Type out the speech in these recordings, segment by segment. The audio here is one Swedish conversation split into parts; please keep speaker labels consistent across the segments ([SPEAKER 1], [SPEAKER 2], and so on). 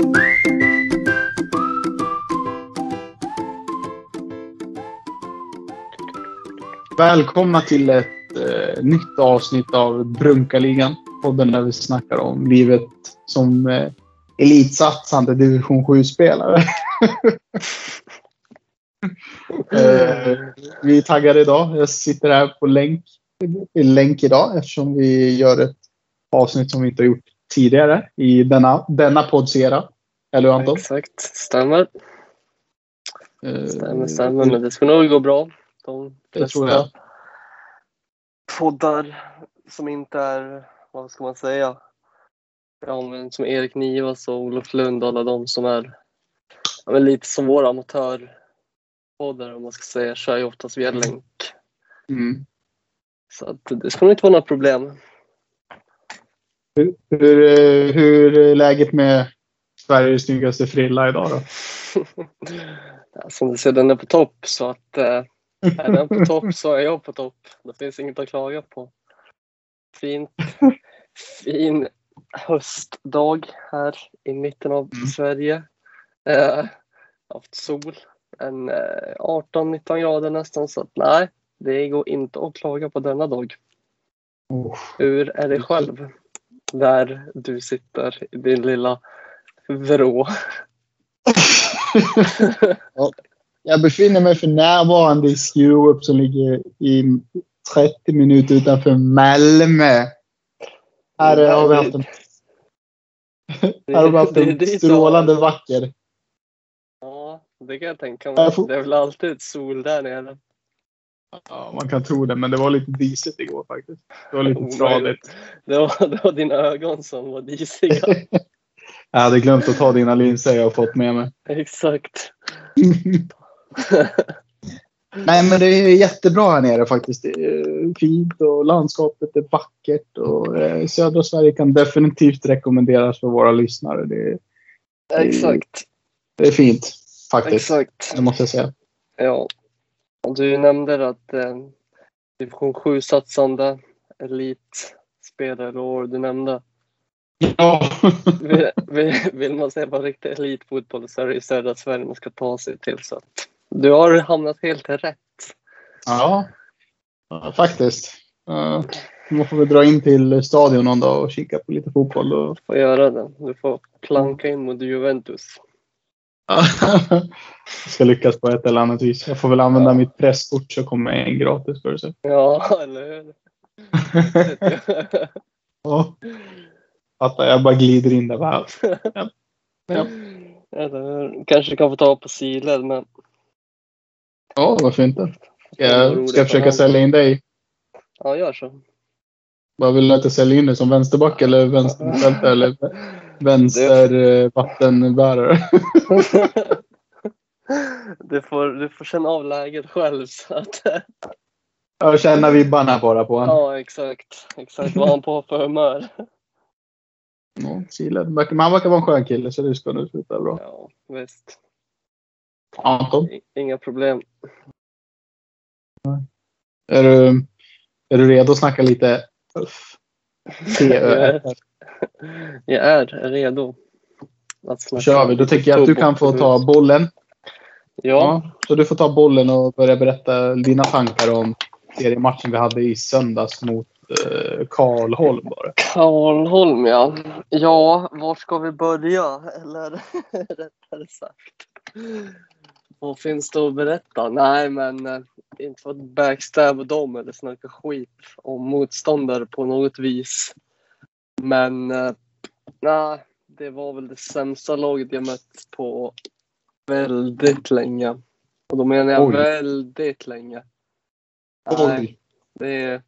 [SPEAKER 1] Välkomna till ett nytt avsnitt av Brunkaligan. Podden där vi snackar om livet som elitsatsande division 7-spelare. Vi är taggade idag. Jag sitter här på länk idag eftersom vi gör ett avsnitt som vi inte har gjort tidigare i denna poddsera. Eller hur, Anton?
[SPEAKER 2] Exakt, stämmer. Stämmer, men det ska nog gå bra.
[SPEAKER 1] Det tror jag.
[SPEAKER 2] Poddar som inte är, vad ska man säga, som Erik Nivas och Olof Lund, alla de som är lite som våra amatörpoddar, om man ska säga, kör ju oftast via länk. Så att det ska nog inte vara några problem.
[SPEAKER 1] Hur är läget med Sveriges snyggaste frilla idag då?
[SPEAKER 2] Ja, som du ser, den är på topp, så att är den på topp så är jag på topp. Det finns inget att klaga på. Fin höstdag här i mitten av Sverige. Haft sol. 18-19 grader nästan, så att nej, det går inte att klaga på denna dag. Hur är det själv där du sitter i din lilla vrå?
[SPEAKER 1] Jag befinner mig för närvarande i Skurup som ligger i 30 minuter utanför Malmö. Här har vi haft en strålande vacker.
[SPEAKER 2] Ja, det kan jag tänka mig. Det är väl alltid ett sol där nere.
[SPEAKER 1] Ja, man kan tro det, men det var lite disigt igår faktiskt. Det var lite tradigt.
[SPEAKER 2] Det var dina ögon som var disiga.
[SPEAKER 1] Jag hade glömt att ta dina linser jag har fått med mig.
[SPEAKER 2] Exakt.
[SPEAKER 1] Nej, men det är jättebra här nere faktiskt. Det är fint och landskapet är vackert. Och södra Sverige kan definitivt rekommenderas för våra lyssnare.
[SPEAKER 2] Exakt.
[SPEAKER 1] Det är fint faktiskt.
[SPEAKER 2] Exakt.
[SPEAKER 1] Det måste jag säga.
[SPEAKER 2] Ja. Och du nämnde att division 7-satsande elitspelare och du nämnde.
[SPEAKER 1] Ja.
[SPEAKER 2] Vill man se på riktigt elitfotboll så är det i södra Sverige man ska ta sig till. Så att du har hamnat helt rätt.
[SPEAKER 1] Ja, faktiskt. Man får väl dra in till stadion någon dag och kika på lite fotboll.
[SPEAKER 2] Du får göra det. Du får planka in mot Juventus.
[SPEAKER 1] Jag ska lyckas på ett eller annat vis. Jag får väl använda mitt presskort så kommer en gratis för sig.
[SPEAKER 2] Ja, eller hur?
[SPEAKER 1] Ja. Jag bara glider in där. Ja.
[SPEAKER 2] Kanske kan få ta på silen, men...
[SPEAKER 1] Ja, varför inte? Ska jag försöka sälja in dig?
[SPEAKER 2] Ja, gör så.
[SPEAKER 1] Vad vill du inte sälja in dig som vänsterback eller vänsterfältare eller vänstervattenbärare?
[SPEAKER 2] Du får känna av läget själv. Så att...
[SPEAKER 1] Jag känner vibbarna bara på honom.
[SPEAKER 2] Ja, exakt. Exakt vad han på för humör.
[SPEAKER 1] Ja, Silen. Men han verkar vara en skön kille så det ska nu sluta bra.
[SPEAKER 2] Ja, visst.
[SPEAKER 1] Anton?
[SPEAKER 2] Inga problem.
[SPEAKER 1] Är du redo att snacka lite?
[SPEAKER 2] Jag är redo.
[SPEAKER 1] Kör vi. Då tycker jag att du kan få ta bollen.
[SPEAKER 2] Ja.
[SPEAKER 1] Så du får ta bollen och börja berätta dina tankar om seriematchen vi hade i söndags mot Karlholm.
[SPEAKER 2] Karlholm, ja. Ja, var ska vi börja? Eller rättare sagt. Vad finns det att berätta? Nej, men inte för att backstabba dem eller snacka skit om motståndare på något vis. Men nej, det var väl det sämsta laget jag mött på väldigt länge. Och då menar jag väldigt länge. Nej, det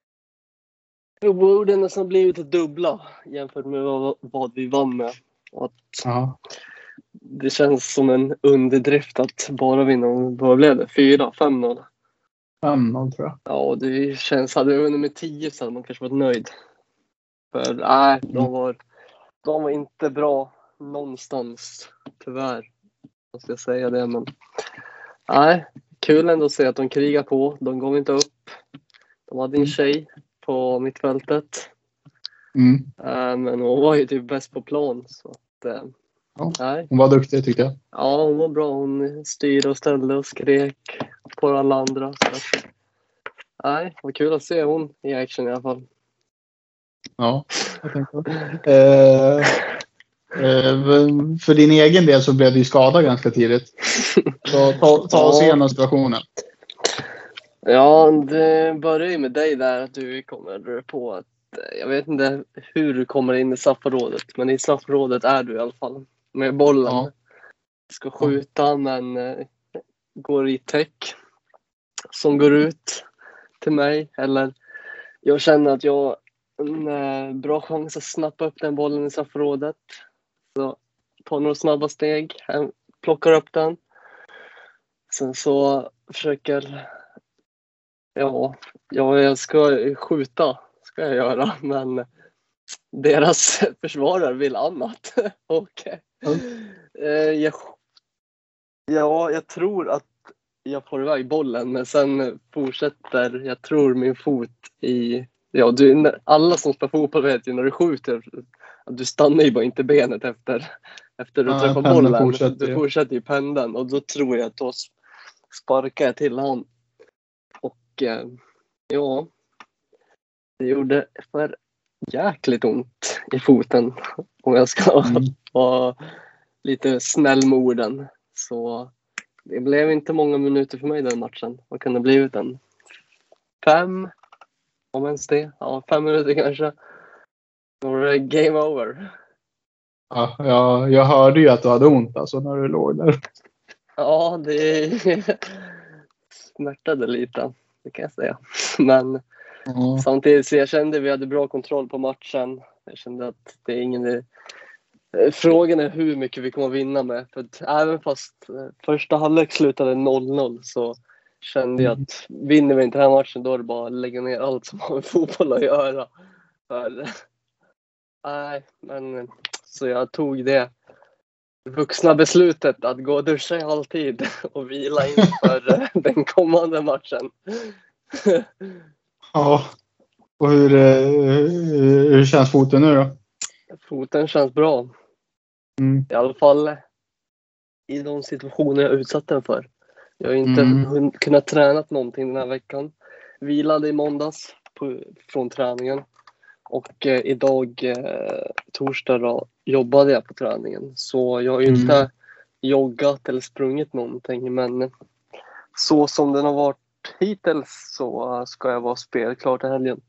[SPEAKER 2] borde nästan blivit dubbla jämfört med vad vi vann med. Och det känns som en underdrift att bara vinna. Vad blev det? 4-5-0?
[SPEAKER 1] 5-0 tror jag.
[SPEAKER 2] Ja, det känns. Hade vi vunnit med 10 så hade man kanske varit nöjd. För nej, de var inte bra någonstans. Tyvärr måste jag säga det. Men nej, kul ändå att se att de krigar på. De går inte upp. De hade en tjej på mittfältet. Men hon var ju typ bäst på plan. Så att,
[SPEAKER 1] Ja,
[SPEAKER 2] Nej.
[SPEAKER 1] hon var duktig tyckte jag.
[SPEAKER 2] Ja, hon var bra. Hon styrde och ställde och skrek på alla andra. Så. Nej, vad kul att se hon i action i alla fall.
[SPEAKER 1] Ja, jag tänkte. För din egen del så blev du skadad ganska tidigt. Så ta oss igenom situationen.
[SPEAKER 2] Ja, det börjar ju med dig där att du kommer på att jag vet inte hur du kommer in i straffområdet, men i straffområdet är du i alla fall med bollen.
[SPEAKER 1] Ja.
[SPEAKER 2] Ska skjuta men går i täck som går ut till mig. Eller jag känner att jag har en bra chans att snappa upp den bollen i straffområdet. Så tar några snabba steg, plockar upp den. Sen så försöker jag ska skjuta, ska jag göra, men deras försvarare vill annat. Och jag tror att jag får iväg bollen, men sen fortsätter, jag tror min fot i... Ja, alla som spelar fotboll vet ju när du skjuter att du stannar ju bara inte benet efter du träffar bollen. Du fortsätter ju pendeln och då tror jag att då sparkar jag till han. Och ja, det gjorde för jäkligt ont i foten om jag ska vara lite snäll med orden. Så det blev inte många minuter för mig den matchen. Vad kan det blivit den? 5? Om ens det. Ja, 5 minuter kanske. Då var det game over.
[SPEAKER 1] Ja, jag hörde ju att du hade ont alltså när du låg där.
[SPEAKER 2] Ja, det smärtade lite, det kan jag säga. Men samtidigt så jag kände att vi hade bra kontroll på matchen. Jag kände att det är ingen... Frågan är hur mycket vi kommer att vinna med. För att även fast första halvlek slutade 0-0 så kände jag att vinner vi inte den här matchen då är det bara att lägga ner allt som har med fotboll att göra. Så jag tog det vuxna beslutet att gå och duscha i halvtid och vila inför den kommande matchen.
[SPEAKER 1] Ja, och hur känns foten nu då?
[SPEAKER 2] Foten känns bra. I alla fall i de situationer jag utsatt den för. Jag har inte kunnat träna någonting den här veckan. Vilade i måndags från träningen. Och idag, torsdag då, jobbade jag på träningen. Så jag har ju inte joggat eller sprungit någonting. Men så som den har varit hittills så ska jag vara spelklar till helgen.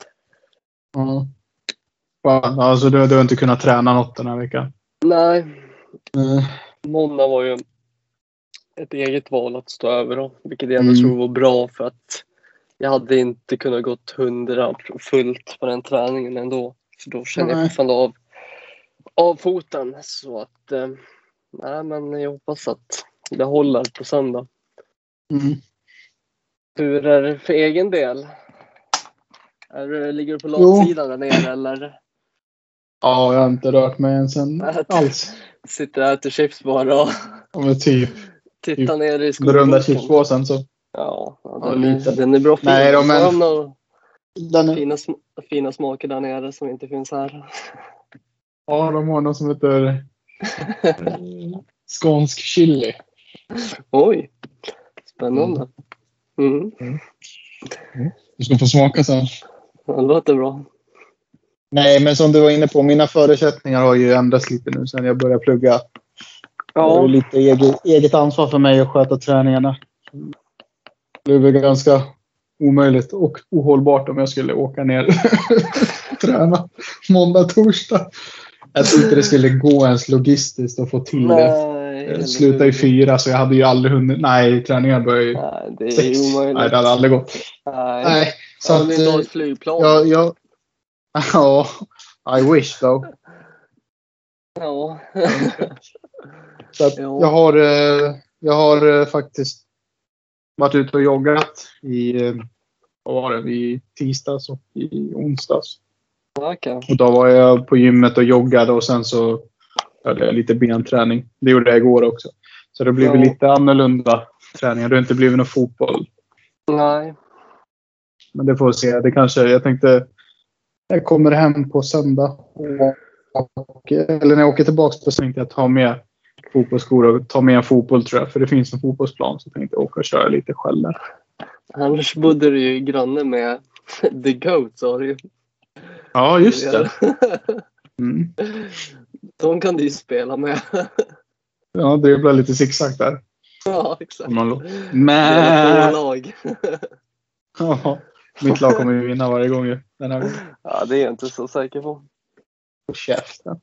[SPEAKER 1] Alltså du har inte kunnat träna något den här veckan?
[SPEAKER 2] Nej. Måndag var ju ett eget val att stå över då. Vilket jag ändå tror var bra för att jag hade inte kunnat gått 100 fullt på den träningen ändå. För då känner jag fortfarande av foten. Så att, men jag hoppas att det håller på söndag. Hur är det för egen del? Ligger du på lagsidan där nere eller?
[SPEAKER 1] Ja, jag har inte rört mig ens alls.
[SPEAKER 2] Sitter och äter chips bara och titta ner i skolan.
[SPEAKER 1] Runda chipspåsen så.
[SPEAKER 2] Ja, den är bra fin.
[SPEAKER 1] Nej,
[SPEAKER 2] fina smaker där nere som inte finns här.
[SPEAKER 1] Ja, de har något som heter skånsk chili.
[SPEAKER 2] Oj, spännande.
[SPEAKER 1] Du ska få smaka sen.
[SPEAKER 2] Det låter bra.
[SPEAKER 1] Nej, men som du var inne på, mina förutsättningar har ju ändrats lite nu sen jag började plugga. Ja. Det är lite eget ansvar för mig att sköta träningarna. Det blev ganska omöjligt och ohållbart om jag skulle åka ner träna måndag, torsdag. Jag tror inte det skulle gå ens logistiskt att få till det. Sluta i 4 så jag hade ju aldrig hunnit. Nej, träningar börjar ju 6. Nej, det hade aldrig gått. Nej. Så
[SPEAKER 2] att vi har ett flygplan.
[SPEAKER 1] Ja, I wish though.
[SPEAKER 2] Ja.
[SPEAKER 1] Så att jag har faktiskt varit ute och joggat i tisdags och i onsdags.
[SPEAKER 2] Okay.
[SPEAKER 1] Och då var jag på gymmet och joggade och sen så hade jag lite benträning. Det gjorde jag igår också. Så det blev lite annorlunda träningar. Det har inte blivit någon fotboll.
[SPEAKER 2] Nej.
[SPEAKER 1] Men det får vi se. Det kanske, jag tänkte jag kommer hem på söndag och eller när jag åker tillbaka så tänkte jag ta med fotbollsskor och ta med en fotboll tror jag. För det finns en fotbollsplan så tänkte jag åka och köra lite själv där.
[SPEAKER 2] Annars bodde du ju granne med The Goat, sa du ju.
[SPEAKER 1] Ja, just det. Mm.
[SPEAKER 2] De kan du ju spela med.
[SPEAKER 1] Ja, det blir lite zigzag där.
[SPEAKER 2] Ja, exakt.
[SPEAKER 1] Men...
[SPEAKER 2] lag.
[SPEAKER 1] Ja, mitt lag kommer ju vinna varje gång ju. Den här gången.
[SPEAKER 2] Ja, det är jag inte så säker på.
[SPEAKER 1] Käften.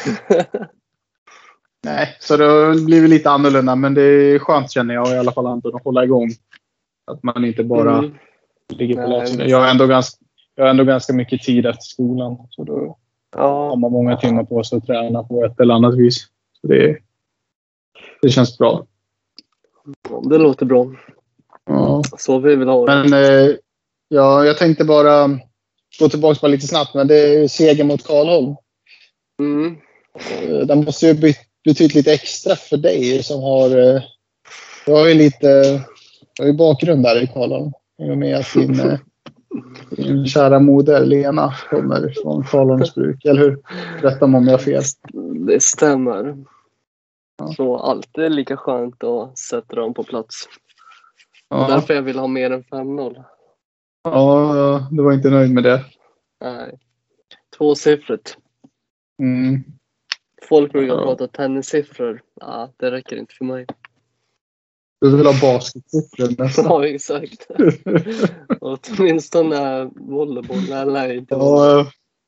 [SPEAKER 1] Nej, så det har blivit lite annorlunda. Men det är skönt känner jag i alla fall Anton att hålla igång. Att man inte bara ligger på latsidan. Jag har ändå ganska mycket tid efter skolan. Så då har man många timmar på sig att träna på ett eller annat vis. Så det känns bra.
[SPEAKER 2] Det låter bra.
[SPEAKER 1] Ja.
[SPEAKER 2] Så vi vill ha det.
[SPEAKER 1] Men jag tänkte bara gå tillbaka bara lite snabbt. Men det är seger mot Karlholm.
[SPEAKER 2] Mm.
[SPEAKER 1] Den måste ju betyda lite extra för dig som har... Du har ju bakgrund där i Karlholm. I och med att din kära moder Lena kommer från Karlholmsbruk. Eller hur? Rätta mig om jag har fel.
[SPEAKER 2] Det stämmer.
[SPEAKER 1] Ja.
[SPEAKER 2] Så allt är lika skönt att sätta dem på plats.
[SPEAKER 1] Ja.
[SPEAKER 2] Därför jag vill ha mer än 5-0.
[SPEAKER 1] Ja, du var inte nöjd med det.
[SPEAKER 2] Nej. 2-siffrigt.
[SPEAKER 1] Mm.
[SPEAKER 2] Folk brukar prata tennissiffror. Ja, det räcker inte för mig.
[SPEAKER 1] Du vill ha basketsiffror nästan.
[SPEAKER 2] Ja, exakt. Åtminstone volleyboll eller inte.
[SPEAKER 1] Ja.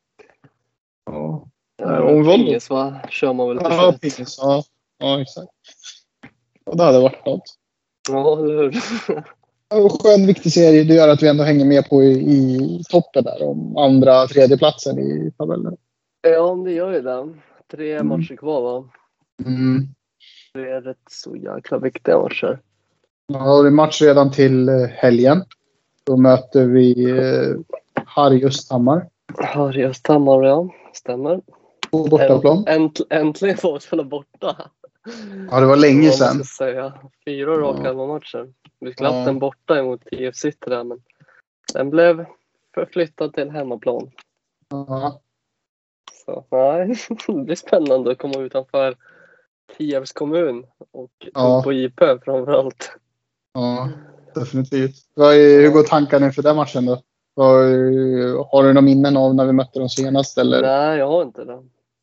[SPEAKER 2] Om pingis, va? Kör man väl på
[SPEAKER 1] pingis. Ja, exakt. Och det hade varit något.
[SPEAKER 2] Ja, eller hur?
[SPEAKER 1] Och skön viktig serie. Det gör att vi ändå hänger med på i toppen där. Om andra, tredje platsen i tabellen.
[SPEAKER 2] Ja, det gör ju det. 3 matcher kvar, va?
[SPEAKER 1] Mm.
[SPEAKER 2] Det är rätt så jäkla viktiga matcher.
[SPEAKER 1] Ja, det är match redan till helgen. Då möter vi Harjusthammar.
[SPEAKER 2] Harjusthammar, ja. Stämmer.
[SPEAKER 1] På bortaplan.
[SPEAKER 2] Äntligen får vi spela borta.
[SPEAKER 1] Ja, det var länge sedan.
[SPEAKER 2] 4 raka matcher. Vi skulle haft den borta emot TF City där, men den blev förflyttad till hemmaplan.
[SPEAKER 1] Ja.
[SPEAKER 2] Så nej, det blir spännande att komma utanför Tierps kommun och på IP framförallt.
[SPEAKER 1] Ja, definitivt. Hur går tankarna inför den matchen då? Har du någon minnen av när vi mötte dem senast? Eller?
[SPEAKER 2] Nej, jag har inte det.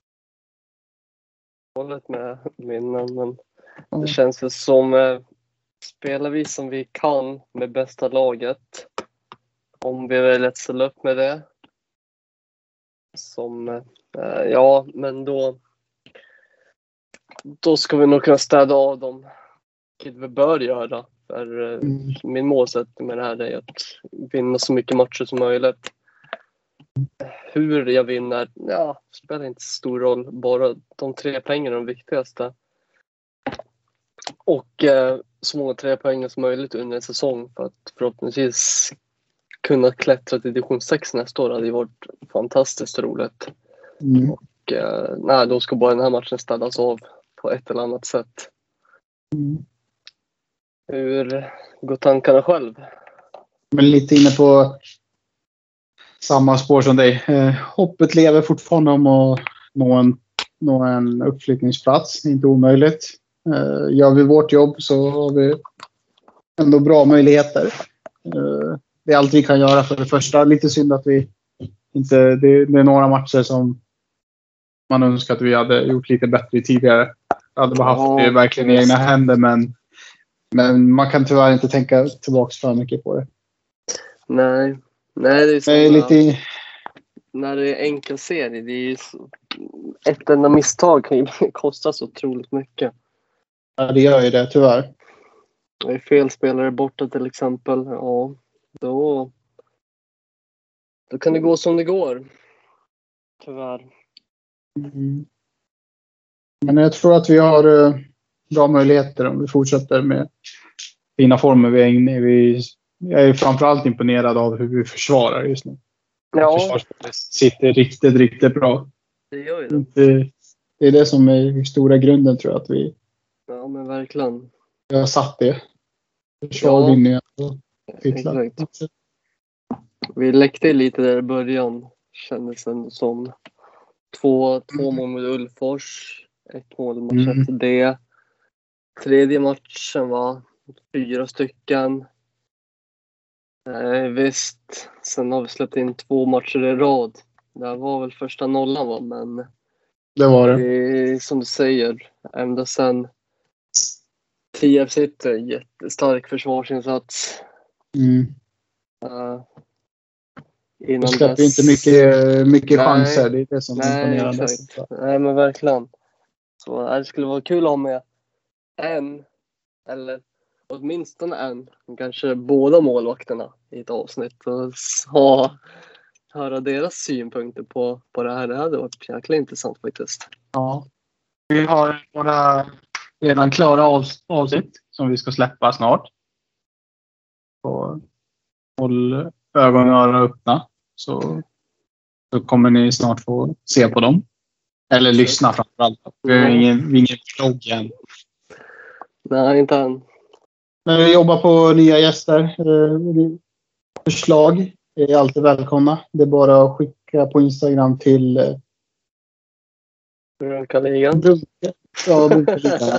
[SPEAKER 2] Jag har hållit med minnen, men det känns väl som spelar vi som vi kan med bästa laget. Om vi väljer att ställa upp med det. Men då ska vi nog kunna städa av dem. Vilket vi bör göra. För min målsättning med det här är att vinna så mycket matcher som möjligt. Hur jag vinner, spelar inte så stor roll. Bara de 3 poängen är de viktigaste. Och så många 3 poäng som möjligt under en säsong. För att förhoppningsvis kunna klättra till division 6 nästa år. Det hade varit fantastiskt roligt. Och då ska bara den här matchen ställas av på ett eller annat sätt. Hur går tankarna själv?
[SPEAKER 1] Men lite inne på samma spår som dig. Hoppet lever fortfarande om att nå en uppflyttningsplats. Det är inte omöjligt. Gör vi vårt jobb så har vi ändå bra möjligheter. Det är allt vi kan göra för det första. Lite synd att vi inte... Det är några matcher som man önskar att vi hade gjort lite bättre tidigare. Hade bara haft det verkligen i egna händer, men man kan tyvärr inte tänka tillbaka för mycket på det.
[SPEAKER 2] Nej, det är så. När det är enkel serie, det är ett enda misstag kan ju kosta så otroligt mycket.
[SPEAKER 1] Ja, det gör ju det, tyvärr.
[SPEAKER 2] Det är fel spelare borta till exempel. Ja, då kan det gå som det går. Tyvärr.
[SPEAKER 1] Men jag tror att vi har bra möjligheter om vi fortsätter med fina former vi är inne i. Jag är framförallt imponerad av hur vi försvarar just nu.
[SPEAKER 2] Ja.
[SPEAKER 1] Försvarsspelet sitter riktigt, riktigt bra.
[SPEAKER 2] Det gör ju det.
[SPEAKER 1] Det är det som är stora grunden, tror jag, att vi...
[SPEAKER 2] Ja, men verkligen.
[SPEAKER 1] Jag har satt det. Försvarvinningar och titlar.
[SPEAKER 2] Vi läckte lite där i början, kändes det som. 2 mål mot Ulfors. 1 mål match efter det. Tredje matchen var 4 stycken. Visst, sen har vi släppt in 2 matcher i rad. Det var väl första nollan va, men
[SPEAKER 1] det var det.
[SPEAKER 2] Det är som du säger, ända sen Tierp City, jättestark försvarsinsats.
[SPEAKER 1] Du släpper dess... inte mycket chanser, det är det som imponerar mest.
[SPEAKER 2] Nej, men verkligen. Så det skulle vara kul att ha med en, eller åtminstone en, kanske båda målvakterna i ett avsnitt och höra deras synpunkter på det här. Det hade varit jäkla intressant faktiskt.
[SPEAKER 1] Ja. Vi har några redan klara avsnitt som vi ska släppa snart. Och håll ögonen och öronen öppna så kommer ni snart få se på dem. Eller lyssna framförallt. Vi har ingen vlogg än.
[SPEAKER 2] Nej, inte än.
[SPEAKER 1] Men vi jobbar på nya gäster. Förslag är alltid välkomna. Det är bara att skicka på Instagram till
[SPEAKER 2] Brunkaligan.
[SPEAKER 1] Ja, Brunkaligan.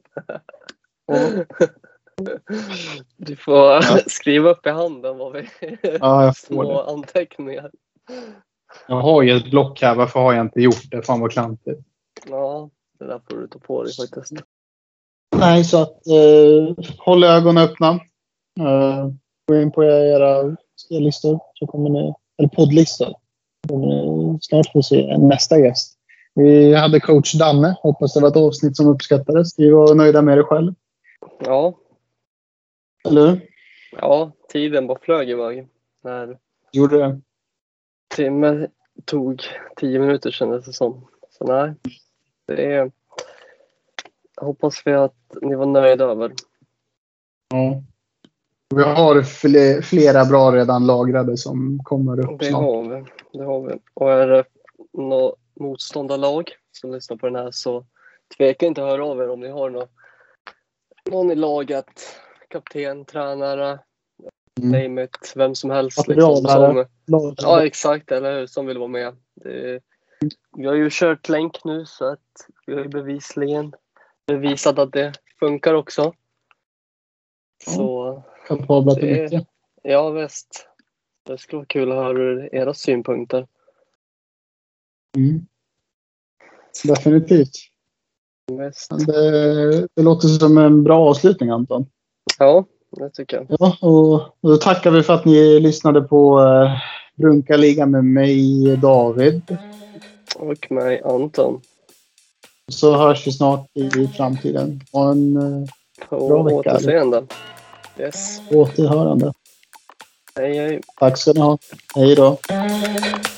[SPEAKER 2] Du får skriva upp i handen vad vi
[SPEAKER 1] jag får
[SPEAKER 2] små anteckningar.
[SPEAKER 1] Jag har ju ett block här. Varför har jag inte gjort det? Fan vad klantigt.
[SPEAKER 2] Ja, det där får du ta på dig faktiskt.
[SPEAKER 1] Nej, så att håll ögonen öppna. Gå in på era spellistor så kommer ni, eller poddlistor. Så kommer ni snart få se nästa gäst. Vi hade coach Danne. Hoppas det var ett avsnitt som uppskattades. Vi var nöjda med det själv.
[SPEAKER 2] Ja.
[SPEAKER 1] Eller?
[SPEAKER 2] Ja, tiden bara flög iväg.
[SPEAKER 1] Gjorde det?
[SPEAKER 2] Timme tog 10 minuter kändes det som. Så nej, det är... Hoppas vi att ni var nöjda över.
[SPEAKER 1] Ja. Vi har flera bra redan lagrade som kommer upp
[SPEAKER 2] det
[SPEAKER 1] snart.
[SPEAKER 2] Det har vi. Och är det något motståndarlag som lyssnar på den här så tveka inte att höra av er om ni har någon i laget. Kapten, tränare, name it, vem som helst. Liksom, ja, exakt. Eller hur, som vill vara med. Vi har ju kört länk nu så att vi har ju bevisat att det funkar också. Så
[SPEAKER 1] kapabla till mycket.
[SPEAKER 2] Ja, visst. Det skulle vara kul att höra era synpunkter.
[SPEAKER 1] Definitivt. Det låter som en bra avslutning, Anton.
[SPEAKER 2] Ja, det tycker jag.
[SPEAKER 1] Ja, och då tackar vi för att ni lyssnade på Brunkaligan med mig, David.
[SPEAKER 2] Och mig, Anton.
[SPEAKER 1] Så hörs vi snart i framtiden. Ha en bra vecka.
[SPEAKER 2] Återseende. Yes.
[SPEAKER 1] Återhörande.
[SPEAKER 2] Hej, hej.
[SPEAKER 1] Tack ska ni ha. Hej då.